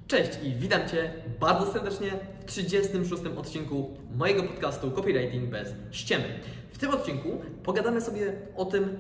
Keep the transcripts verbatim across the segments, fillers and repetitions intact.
Cześć i witam Cię bardzo serdecznie w trzydziestym szóstym odcinku mojego podcastu Copywriting bez ściemy. W tym odcinku pogadamy sobie o tym,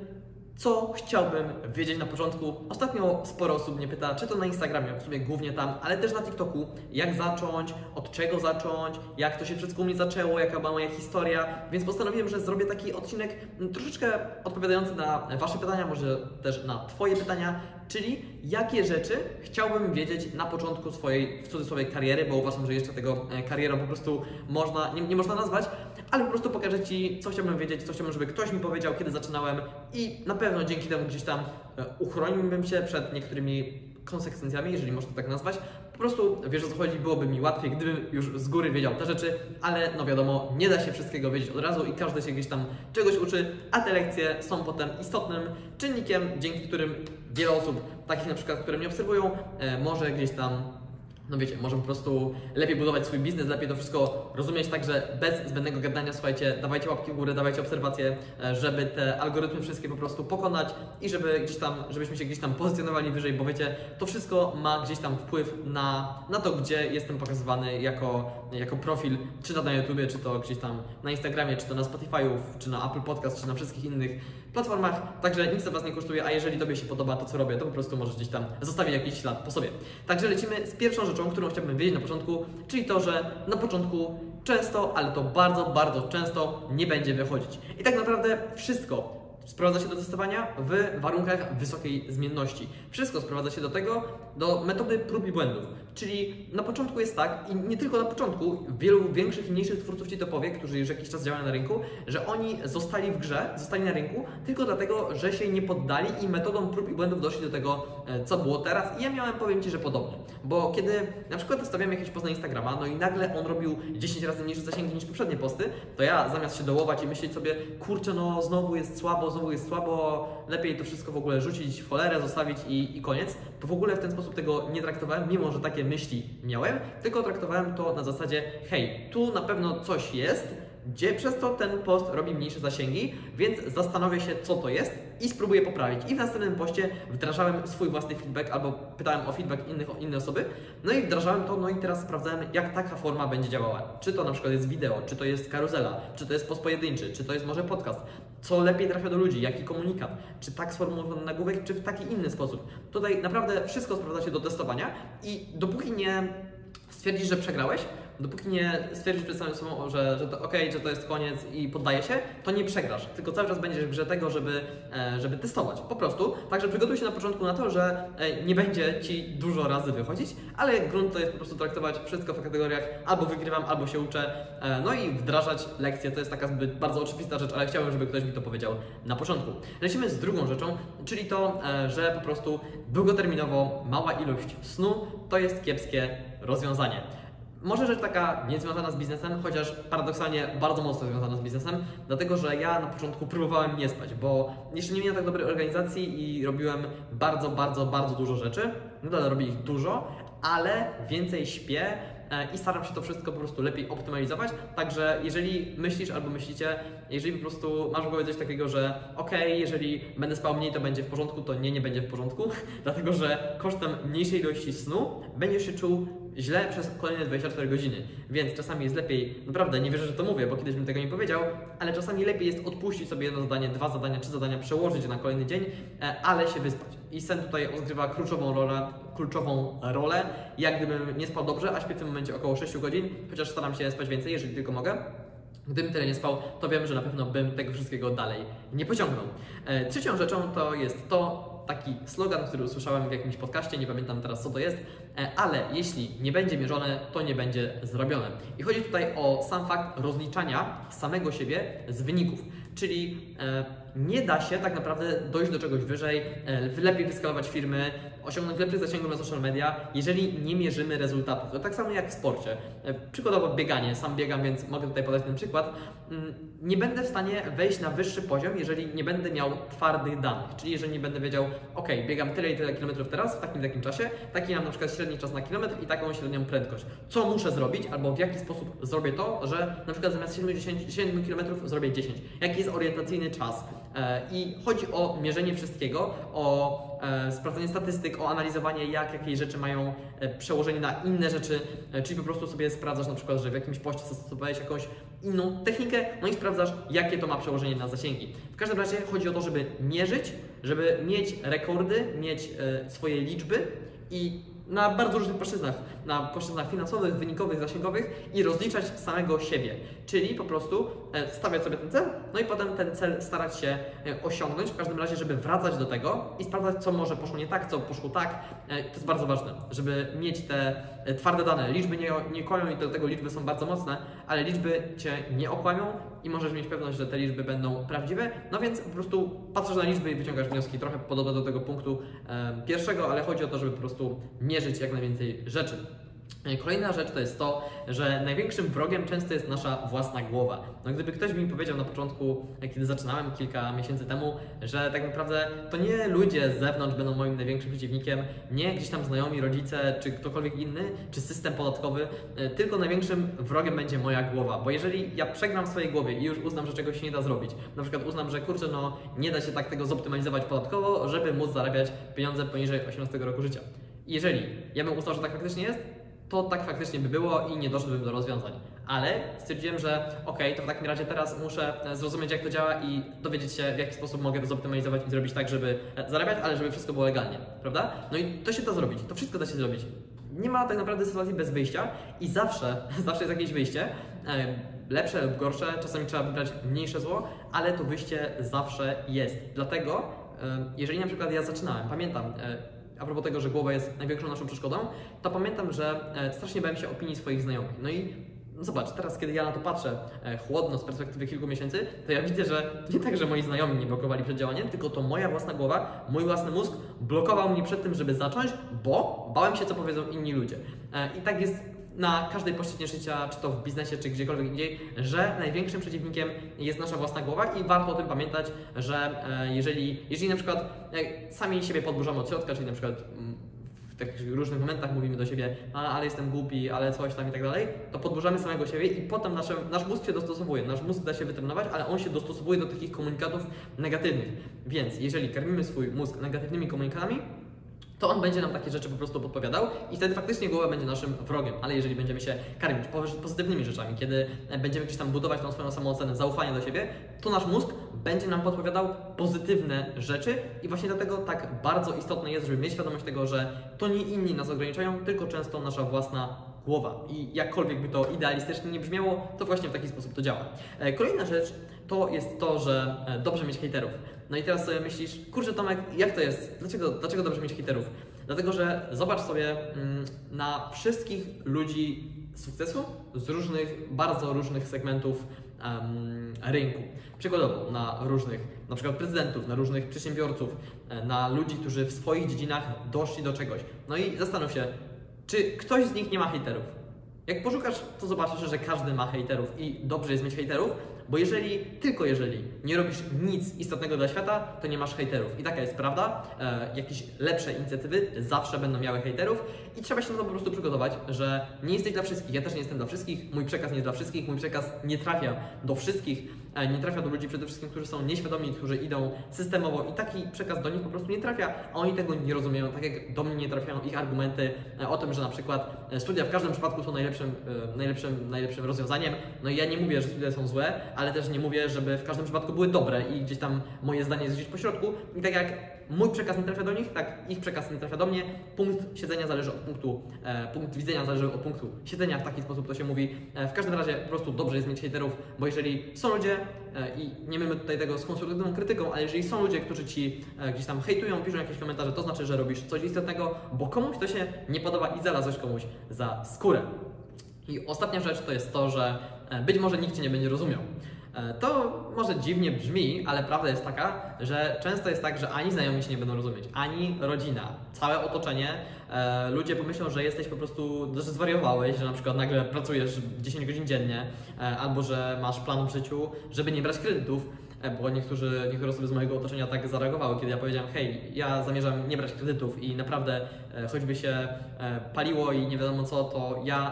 co chciałbym wiedzieć na początku. Ostatnio sporo osób mnie pyta, czy to na Instagramie, w sumie głównie tam, ale też na TikToku, jak zacząć, od czego zacząć, jak to się wszystko u mnie zaczęło, jaka była moja historia, więc postanowiłem, że zrobię taki odcinek troszeczkę odpowiadający na Wasze pytania, może też na Twoje pytania, czyli jakie rzeczy chciałbym wiedzieć na początku swojej, w cudzysłowie, kariery, bo uważam, że jeszcze tego karierą po prostu można, nie, nie można nazwać, ale po prostu pokażę Ci, co chciałbym wiedzieć, co chciałbym, żeby ktoś mi powiedział, kiedy zaczynałem i na pewno dzięki temu gdzieś tam uchroniłbym się przed niektórymi konsekwencjami, jeżeli można to tak nazwać. Po prostu, wiesz o co chodzi, byłoby mi łatwiej, gdybym już z góry wiedział te rzeczy, ale no wiadomo, nie da się wszystkiego wiedzieć od razu i każdy się gdzieś tam czegoś uczy, a te lekcje są potem istotnym czynnikiem, dzięki którym wiele osób, takich na przykład, które mnie obserwują, może gdzieś tam, no wiecie, może po prostu lepiej budować swój biznes, lepiej to wszystko rozumieć, także bez zbędnego gadania, słuchajcie, dawajcie łapki w górę, dawajcie obserwacje, żeby te algorytmy wszystkie po prostu pokonać i żeby gdzieś tam, żebyśmy się gdzieś tam pozycjonowali wyżej, bo wiecie, to wszystko ma gdzieś tam wpływ na, na to, gdzie jestem pokazywany jako, jako profil, czy to na YouTubie, czy to gdzieś tam na Instagramie, czy to na Spotify'u, czy na Apple Podcast, czy na wszystkich innych platformach, także nic to Was nie kosztuje, a jeżeli Tobie się podoba to, co robię, to po prostu możesz gdzieś tam zostawić jakiś ślad po sobie. Także lecimy z pierwszą rzeczą, którą chciałbym wiedzieć na początku, czyli to, że na początku często, ale to bardzo, bardzo często nie będzie wychodzić. I tak naprawdę wszystko sprowadza się do testowania w warunkach wysokiej zmienności. Wszystko sprowadza się do tego, do metody prób i błędów. Czyli na początku jest tak, i nie tylko na początku, wielu większych i mniejszych twórców Ci to powie, którzy już jakiś czas działają na rynku, że oni zostali w grze, zostali na rynku tylko dlatego, że się nie poddali i metodą prób i błędów doszli do tego, co było teraz. I ja miałem, powiem Ci, że podobnie. Bo kiedy na przykład stawiam jakiś post na Instagrama, no i nagle on robił dziesięć razy mniejsze zasięgi niż poprzednie posty, to ja zamiast się dołować i myśleć sobie, kurczę, no znowu jest słabo, znowu jest słabo, lepiej to wszystko w ogóle rzucić w cholerę, zostawić i, i koniec, to w ogóle w ten sposób tego nie traktowałem, mimo że takie myśli miałem, tylko traktowałem to na zasadzie, hej, tu na pewno coś jest, gdzie przez to ten post robi mniejsze zasięgi, więc zastanowię się, co to jest i spróbuję poprawić. I w następnym poście wdrażałem swój własny feedback albo pytałem o feedback innych, inne osoby, no i wdrażałem to, no i teraz sprawdzałem, jak taka forma będzie działała. Czy to na przykład jest wideo, czy to jest karuzela, czy to jest post pojedynczy, czy to jest może podcast. Co lepiej trafia do ludzi, jaki komunikat, czy tak sformułowany nagłówek, czy w taki inny sposób. Tutaj naprawdę wszystko sprowadza się do testowania i dopóki nie stwierdzisz, że przegrałeś, dopóki nie stwierdzisz przed samym sobą, że, że to ok, że to jest koniec i poddaje się, to nie przegrasz, tylko cały czas będziesz w grze tego, żeby, żeby testować, po prostu. Także przygotuj się na początku na to, że nie będzie Ci dużo razy wychodzić, ale grunt to jest po prostu traktować wszystko w kategoriach albo wygrywam, albo się uczę, no i wdrażać lekcje. To jest taka zbyt bardzo oczywista rzecz, ale chciałem, żeby ktoś mi to powiedział na początku. Lecimy z drugą rzeczą, czyli to, że po prostu długoterminowo mała ilość snu to jest kiepskie rozwiązanie. Może rzecz taka niezwiązana z biznesem, chociaż paradoksalnie bardzo mocno związana z biznesem, dlatego że ja na początku próbowałem nie spać, bo jeszcze nie miałem tak dobrej organizacji i robiłem bardzo, bardzo, bardzo dużo rzeczy. Nadal robię ich dużo, ale więcej śpię i staram się to wszystko po prostu lepiej optymalizować. Także jeżeli myślisz albo myślicie, jeżeli po prostu masz w głowie coś takiego, że ok, jeżeli będę spał mniej, to będzie w porządku, to nie, nie będzie w porządku, dlatego że kosztem mniejszej ilości snu będziesz się czuł źle przez kolejne dwadzieścia cztery godziny, więc czasami jest lepiej, naprawdę nie wierzę, że to mówię, bo kiedyś bym tego nie powiedział, ale czasami lepiej jest odpuścić sobie jedno zadanie, dwa zadania, trzy zadania, przełożyć je na kolejny dzień, ale się wyspać. I sen tutaj odgrywa kluczową rolę, kluczową rolę, jak gdybym nie spał dobrze, a śpię w tym momencie około sześciu godzin, chociaż staram się spać więcej, jeżeli tylko mogę. Gdybym tyle nie spał, to wiem, że na pewno bym tego wszystkiego dalej nie pociągnął. Trzecią rzeczą to jest to, taki slogan, który usłyszałem w jakimś podcaście, nie pamiętam teraz co to jest, ale jeśli nie będzie mierzone, to nie będzie zrobione. I chodzi tutaj o sam fakt rozliczania samego siebie z wyników, czyli nie da się tak naprawdę dojść do czegoś wyżej, lepiej wyskalować firmy, osiągnąć lepszych zasięgów na social media, jeżeli nie mierzymy rezultatów. To tak samo jak w sporcie. Przykładowo bieganie, sam biegam, więc mogę tutaj podać ten przykład. Nie będę w stanie wejść na wyższy poziom, jeżeli nie będę miał twardych danych, czyli jeżeli nie będę wiedział, ok, biegam tyle i tyle kilometrów teraz, w takim takim czasie, taki mam na przykład średni czas na kilometr i taką średnią prędkość. Co muszę zrobić, albo w jaki sposób zrobię to, że na przykład zamiast siedemdziesięciu kilometrów zrobię dziesięć. Jaki jest orientacyjny czas? I chodzi o mierzenie wszystkiego, o sprawdzanie statystyk, o analizowanie, jak jakieś rzeczy mają przełożenie na inne rzeczy, czyli po prostu sobie sprawdzasz na przykład, że w jakimś poście zastosowałeś jakąś inną technikę, no i sprawdzasz, jakie to ma przełożenie na zasięgi. W każdym razie chodzi o to, żeby mierzyć, żeby mieć rekordy, mieć swoje liczby i na bardzo różnych płaszczyznach, na płaszczyznach finansowych, wynikowych, zasięgowych i rozliczać samego siebie, czyli po prostu stawiać sobie ten cel, no i potem ten cel starać się osiągnąć, w każdym razie, żeby wracać do tego i sprawdzać, co może poszło nie tak, co poszło tak. To jest bardzo ważne, żeby mieć te twarde dane. Liczby nie, nie kłamią i do tego liczby są bardzo mocne, ale liczby Cię nie okłamią i możesz mieć pewność, że te liczby będą prawdziwe, no więc po prostu patrzysz na liczby i wyciągasz wnioski, trochę podobne do tego punktu e, pierwszego, ale chodzi o to, żeby po prostu mierzyć jak najwięcej rzeczy. Kolejna rzecz to jest to, że największym wrogiem często jest nasza własna głowa. No gdyby ktoś mi powiedział na początku, kiedy zaczynałem kilka miesięcy temu, że tak naprawdę to nie ludzie z zewnątrz będą moim największym przeciwnikiem, nie gdzieś tam znajomi, rodzice, czy ktokolwiek inny, czy system podatkowy, tylko największym wrogiem będzie moja głowa. Bo jeżeli ja przegram w swojej głowie i już uznam, że czegoś się nie da zrobić, na przykład uznam, że kurczę, no nie da się tak tego zoptymalizować podatkowo, żeby móc zarabiać pieniądze poniżej osiemnastego roku życia. Jeżeli ja bym uznał, że tak faktycznie jest, to tak faktycznie by było i nie doszedłbym do rozwiązań. Ale stwierdziłem, że ok, to w takim razie teraz muszę zrozumieć, jak to działa i dowiedzieć się, w jaki sposób mogę to zoptymalizować i zrobić tak, żeby zarabiać, ale żeby wszystko było legalnie, prawda? No i to się da zrobić, to wszystko da się zrobić. Nie ma tak naprawdę sytuacji bez wyjścia i zawsze, zawsze jest jakieś wyjście, lepsze lub gorsze, czasami trzeba wybrać mniejsze zło, ale to wyjście zawsze jest. Dlatego, jeżeli na przykład ja zaczynałem, pamiętam, a propos tego, że głowa jest największą naszą przeszkodą, to pamiętam, że strasznie bałem się opinii swoich znajomych. No i no zobacz, teraz kiedy ja na to patrzę chłodno z perspektywy kilku miesięcy, to ja widzę, że nie tak, że moi znajomi mnie blokowali przed działaniem, tylko to moja własna głowa, mój własny mózg blokował mnie przed tym, żeby zacząć, bo bałem się, co powiedzą inni ludzie. I tak jest na każdej płaszczyźnie życia, czy to w biznesie, czy gdziekolwiek indziej, że największym przeciwnikiem jest nasza własna głowa i warto o tym pamiętać, że jeżeli, jeżeli na przykład sami siebie podburzamy od środka, czyli na przykład w takich różnych momentach mówimy do siebie, a, ale jestem głupi, ale coś tam i tak dalej, to podburzamy samego siebie i potem nasze, nasz mózg się dostosowuje, nasz mózg da się wytrenować, ale on się dostosowuje do takich komunikatów negatywnych. Więc jeżeli karmimy swój mózg negatywnymi komunikatami, to on będzie nam takie rzeczy po prostu podpowiadał i wtedy faktycznie głowa będzie naszym wrogiem. Ale jeżeli będziemy się karmić pozytywnymi rzeczami, kiedy będziemy gdzieś tam budować tą swoją samoocenę, zaufanie do siebie, to nasz mózg będzie nam podpowiadał pozytywne rzeczy i właśnie dlatego tak bardzo istotne jest, żeby mieć świadomość tego, że to nie inni nas ograniczają, tylko często nasza własna głowa. I jakkolwiek by to idealistycznie nie brzmiało, to właśnie w taki sposób to działa. Kolejna rzecz to jest to, że dobrze mieć hejterów. No i teraz sobie myślisz, kurczę Tomek, jak to jest? Dlaczego, dlaczego dobrze mieć hejterów? Dlatego, że zobacz sobie mm, na wszystkich ludzi sukcesu z różnych, bardzo różnych segmentów um, rynku. Przykładowo na różnych, na przykład prezydentów, na różnych przedsiębiorców, na ludzi, którzy w swoich dziedzinach doszli do czegoś. No i zastanów się, czy ktoś z nich nie ma hejterów? Jak poszukasz, to zobaczysz, że każdy ma hejterów i dobrze jest mieć hejterów, bo jeżeli, tylko jeżeli nie robisz nic istotnego dla świata, to nie masz hejterów. I taka jest prawda. E, jakieś lepsze inicjatywy zawsze będą miały hejterów i trzeba się na to po prostu przygotować, że nie jesteś dla wszystkich. Ja też nie jestem dla wszystkich, mój przekaz nie jest dla wszystkich, mój przekaz nie trafia do wszystkich, e, nie trafia do ludzi przede wszystkim, którzy są nieświadomi, którzy idą systemowo i taki przekaz do nich po prostu nie trafia, a oni tego nie rozumieją, tak jak do mnie nie trafiają ich argumenty e, o tym, że na przykład studia w każdym przypadku są najlepszym, e, najlepszym, najlepszym rozwiązaniem. No i ja nie mówię, że studia są złe, ale też nie mówię, żeby w każdym przypadku były dobre i gdzieś tam moje zdanie jest gdzieś po środku. I tak jak mój przekaz nie trafia do nich, tak ich przekaz nie trafia do mnie. Punkt siedzenia zależy od punktu, e, punkt widzenia zależy od punktu siedzenia, w taki sposób to się mówi. E, w każdym razie po prostu dobrze jest mieć hejterów, bo jeżeli są ludzie, e, i nie mamy tutaj tego z konstruktywną krytyką, ale jeżeli są ludzie, którzy Ci e, gdzieś tam hejtują, piszą jakieś komentarze, to znaczy, że robisz coś istotnego, bo komuś to się nie podoba i znalazłeś komuś za skórę. I ostatnia rzecz to jest to, że e, być może nikt Cię nie będzie rozumiał. To może dziwnie brzmi, ale prawda jest taka, że często jest tak, że ani znajomi się nie będą rozumieć, ani rodzina, całe otoczenie. E, ludzie pomyślą, że jesteś po prostu, że zwariowałeś, że na przykład nagle pracujesz dziesięć godzin dziennie, e, albo że masz plan w życiu, żeby nie brać kredytów. Bo niektórzy, niektóre osoby z mojego otoczenia tak zareagowały, kiedy ja powiedziałem, hej, ja zamierzam nie brać kredytów i naprawdę e, choćby się e, paliło i nie wiadomo co, to ja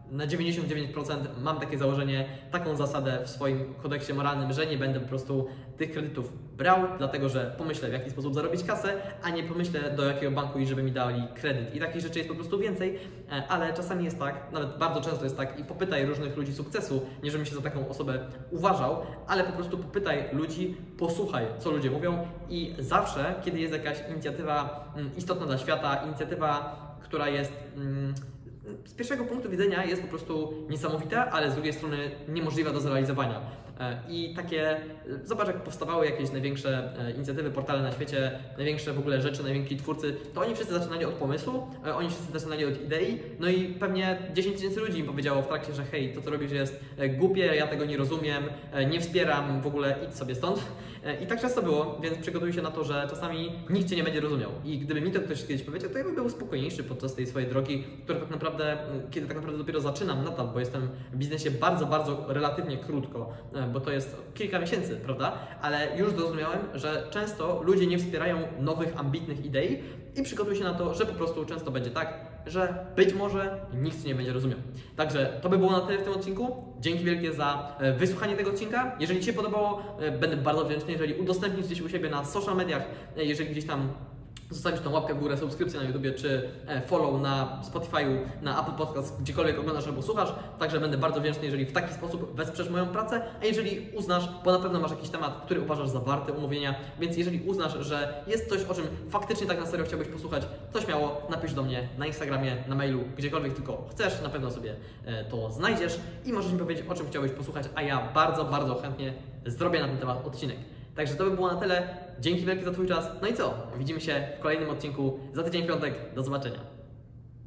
na dziewięćdziesiąt dziewięć procent mam takie założenie, taką zasadę w swoim kodeksie moralnym, że nie będę po prostu tych kredytów brał, dlatego że pomyślę, w jaki sposób zarobić kasę, a nie pomyślę, do jakiego banku i żeby mi dali kredyt. I takich rzeczy jest po prostu więcej, ale czasami jest tak, nawet bardzo często jest tak i popytaj różnych ludzi sukcesu, nie żebym się za taką osobę uważał, ale po prostu popytaj ludzi, posłuchaj, co ludzie mówią i zawsze, kiedy jest jakaś inicjatywa istotna dla świata, inicjatywa, która jest z pierwszego punktu widzenia jest po prostu niesamowita, ale z drugiej strony niemożliwa do zrealizowania. I takie, zobacz jak powstawały jakieś największe inicjatywy, portale na świecie, największe w ogóle rzeczy, najwięksi twórcy, to oni wszyscy zaczynali od pomysłu, oni wszyscy zaczynali od idei, no i pewnie dziesięć tysięcy ludzi im powiedziało w trakcie, że hej, to co robisz jest głupie, ja tego nie rozumiem, nie wspieram, w ogóle idź sobie stąd. I tak często było, więc przygotuj się na to, że czasami nikt Cię nie będzie rozumiał. I gdyby mi to ktoś kiedyś powiedział, to ja bym był spokojniejszy podczas tej swojej drogi, która tak naprawdę, kiedy tak naprawdę dopiero zaczynam nadal, bo jestem w biznesie bardzo, bardzo relatywnie krótko, bo to jest kilka miesięcy, prawda? Ale już zrozumiałem, że często ludzie nie wspierają nowych, ambitnych idei i przygotuj się na to, że po prostu często będzie tak, że być może nikt nie będzie rozumiał. Także to by było na tyle w tym odcinku. Dzięki wielkie za wysłuchanie tego odcinka. Jeżeli Ci się podobało, będę bardzo wdzięczny, jeżeli udostępnisz gdzieś u siebie na social mediach, jeżeli gdzieś tam zostawisz tą łapkę w górę, subskrypcję na YouTubie, czy follow na Spotify'u, na Apple Podcast, gdziekolwiek oglądasz albo słuchasz. Także będę bardzo wdzięczny, jeżeli w taki sposób wesprzesz moją pracę, a jeżeli uznasz, bo na pewno masz jakiś temat, który uważasz za warty omówienia, więc jeżeli uznasz, że jest coś, o czym faktycznie tak na serio chciałbyś posłuchać, to śmiało napisz do mnie na Instagramie, na mailu, gdziekolwiek tylko chcesz, na pewno sobie to znajdziesz i możesz mi powiedzieć, o czym chciałbyś posłuchać, a ja bardzo, bardzo chętnie zrobię na ten temat odcinek. Także to by było na tyle. Dzięki wielkie za Twój czas. No i co? Widzimy się w kolejnym odcinku za tydzień w piątek. Do zobaczenia.